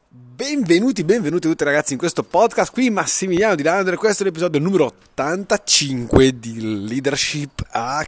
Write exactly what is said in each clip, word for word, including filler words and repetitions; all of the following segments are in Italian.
Benvenuti, benvenuti tutti ragazzi in questo podcast. Qui Massimiliano Di Landro e questo è l'episodio numero ottantacinque di Leadership a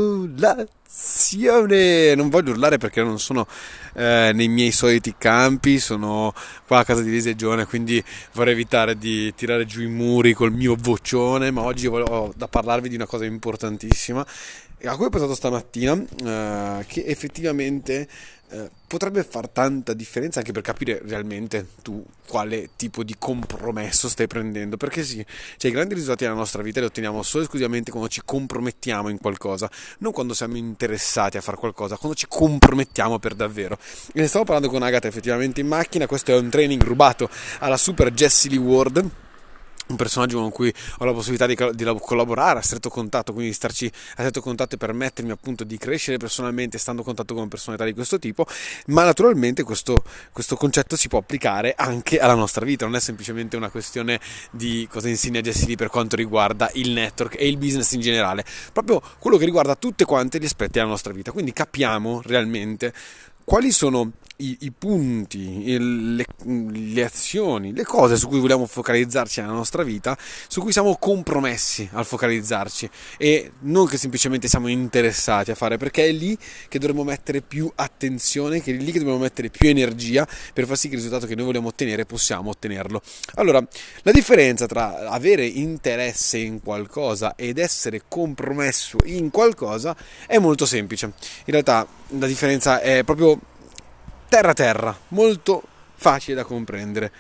colazione. Non voglio urlare perché non sono eh, nei miei soliti campi, sono qua a casa di Lisegione, quindi vorrei evitare di tirare giù i muri col mio vocione, ma oggi ho da parlarvi di una cosa importantissima a cui ho pensato stamattina, eh, che effettivamente eh, potrebbe far tanta differenza anche per capire realmente tu quale tipo di compromesso stai prendendo, perché sì, cioè i grandi risultati nella nostra vita li otteniamo solo e esclusivamente quando ci compromettiamo in qualcosa, non quando siamo interessati a fare qualcosa, quando ci compromettiamo per davvero. E ne stavo parlando con Agatha effettivamente in macchina. Questo è un training rubato alla super Jessie Lee Ward, un personaggio con cui ho la possibilità di, di collaborare a stretto contatto, quindi di starci a stretto contatto e permettermi appunto di crescere personalmente stando a contatto con personalità di questo tipo. Ma naturalmente questo, questo concetto si può applicare anche alla nostra vita, non è semplicemente una questione di cosa insegna Jessie Lee per quanto riguarda il network e il business in generale, proprio quello che riguarda tutte quante gli aspetti della nostra vita. Quindi capiamo realmente quali sono i, i punti, le, le azioni, le cose su cui vogliamo focalizzarci nella nostra vita, su cui siamo compromessi al focalizzarci e non che semplicemente siamo interessati a fare, perché è lì che dovremmo mettere più attenzione, che è lì che dobbiamo mettere più energia per far sì che il risultato che noi vogliamo ottenere possiamo ottenerlo. Allora, la differenza tra avere interesse in qualcosa ed essere compromesso in qualcosa è molto semplice. In realtà la differenza è proprio terra terra, molto facile da comprendere.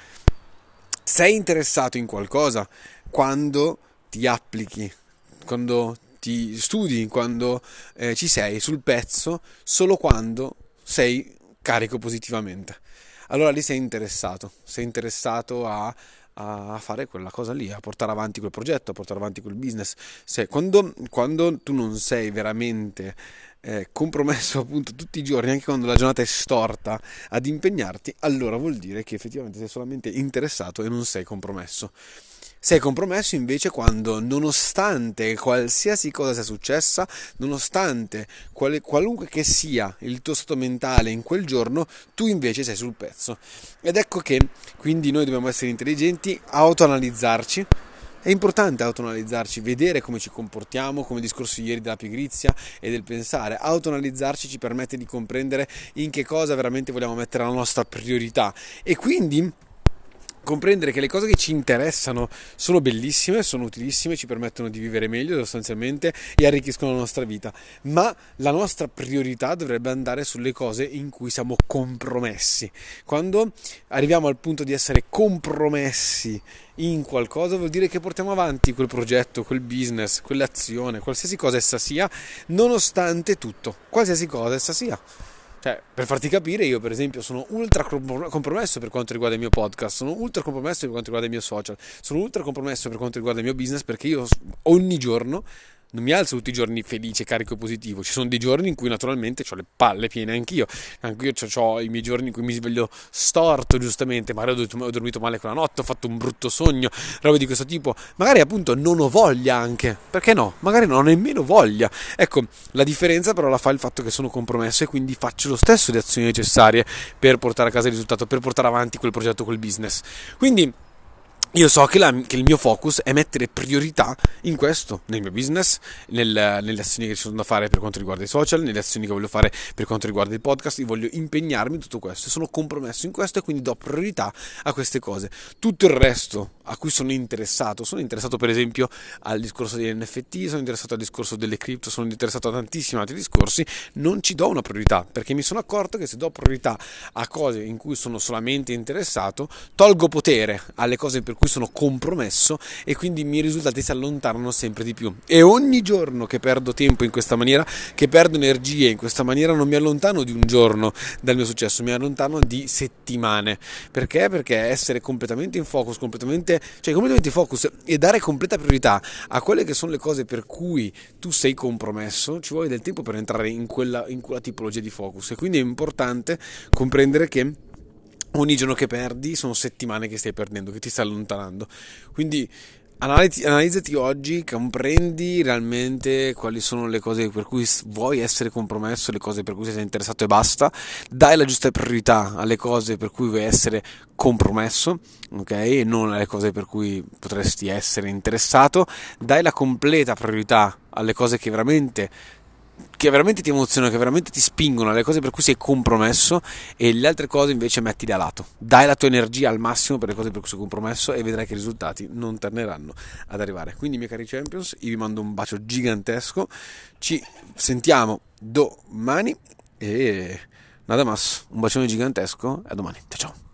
Sei interessato in qualcosa quando ti applichi, quando ti studi, quando eh, ci sei sul pezzo, solo quando sei carico positivamente. Allora lì sei interessato, sei interessato a a fare quella cosa lì, a portare avanti quel progetto, a portare avanti quel business. Se, quando, quando tu non sei veramente eh, compromesso appunto tutti i giorni, anche quando la giornata è storta, ad impegnarti, allora vuol dire che effettivamente sei solamente interessato e non sei compromesso. Sei compromesso invece quando, nonostante qualsiasi cosa sia successa, nonostante quale, qualunque che sia il tuo stato mentale in quel giorno, tu invece sei sul pezzo. Ed ecco che quindi noi dobbiamo essere intelligenti, autoanalizzarci. È importante autoanalizzarci, vedere come ci comportiamo, come discorso ieri della pigrizia e del pensare. Autoanalizzarci ci permette di comprendere in che cosa veramente vogliamo mettere la nostra priorità e quindi comprendere che le cose che ci interessano sono bellissime, sono utilissime, ci permettono di vivere meglio sostanzialmente e arricchiscono la nostra vita, ma la nostra priorità dovrebbe andare sulle cose in cui siamo compromessi. Quando arriviamo al punto di essere compromessi in qualcosa vuol dire che portiamo avanti quel progetto, quel business, quell'azione, qualsiasi cosa essa sia, nonostante tutto, qualsiasi cosa essa sia. Cioè, per farti capire, io per esempio sono ultra compromesso per quanto riguarda il mio podcast, sono ultra compromesso per quanto riguarda i miei social, sono ultra compromesso per quanto riguarda il mio business, perché io ogni giorno non mi alzo tutti i giorni felice, carico e positivo. Ci sono dei giorni in cui naturalmente ho le palle piene anch'io. Anch'io ho i miei giorni in cui mi sveglio storto, giustamente. Magari ho dormito male quella notte, ho fatto un brutto sogno, robe di questo tipo. Magari appunto non ho voglia anche. Perché no? Magari non ho nemmeno voglia. Ecco, la differenza però la fa il fatto che sono compromesso e quindi faccio lo stesso le azioni necessarie per portare a casa il risultato, per portare avanti quel progetto, quel business. Quindi io so che, la, che il mio focus è mettere priorità in questo, nel mio business, nel, nelle azioni che ci sono da fare per quanto riguarda i social, nelle azioni che voglio fare per quanto riguarda il podcast. Io voglio impegnarmi in tutto questo, sono compromesso in questo e quindi do priorità a queste cose. Tutto il resto a cui sono interessato, sono interessato per esempio al discorso degli N F T, sono interessato al discorso delle cripto, sono interessato a tantissimi altri discorsi, non ci do una priorità, perché mi sono accorto che se do priorità a cose in cui sono solamente interessato, tolgo potere alle cose per cui sono compromesso e quindi i miei risultati si allontanano sempre di più. E ogni giorno che perdo tempo in questa maniera, che perdo energie in questa maniera, non mi allontano di un giorno dal mio successo, mi allontano di settimane. Perché? Perché essere completamente in focus, completamente, cioè completamente in focus e dare completa priorità a quelle che sono le cose per cui tu sei compromesso, ci vuole del tempo per entrare in quella, in quella tipologia di focus. E quindi è importante comprendere che ogni giorno che perdi sono settimane che stai perdendo, che ti stai allontanando. Quindi Analiti- analizzati oggi, comprendi realmente quali sono le cose per cui s- vuoi essere compromesso, le cose per cui sei interessato e basta. Dai la giusta priorità alle cose per cui vuoi essere compromesso, ok? E non alle cose per cui potresti essere interessato. Dai la completa priorità alle cose che veramente che veramente ti emozionano, che veramente ti spingono, alle cose per cui sei compromesso, e le altre cose invece mettili a lato. Dai la tua energia al massimo per le cose per cui sei compromesso e vedrai che i risultati non torneranno ad arrivare. Quindi, miei cari Champions, io vi mando un bacio gigantesco, ci sentiamo domani e nada más, un bacione gigantesco e a domani, ciao ciao.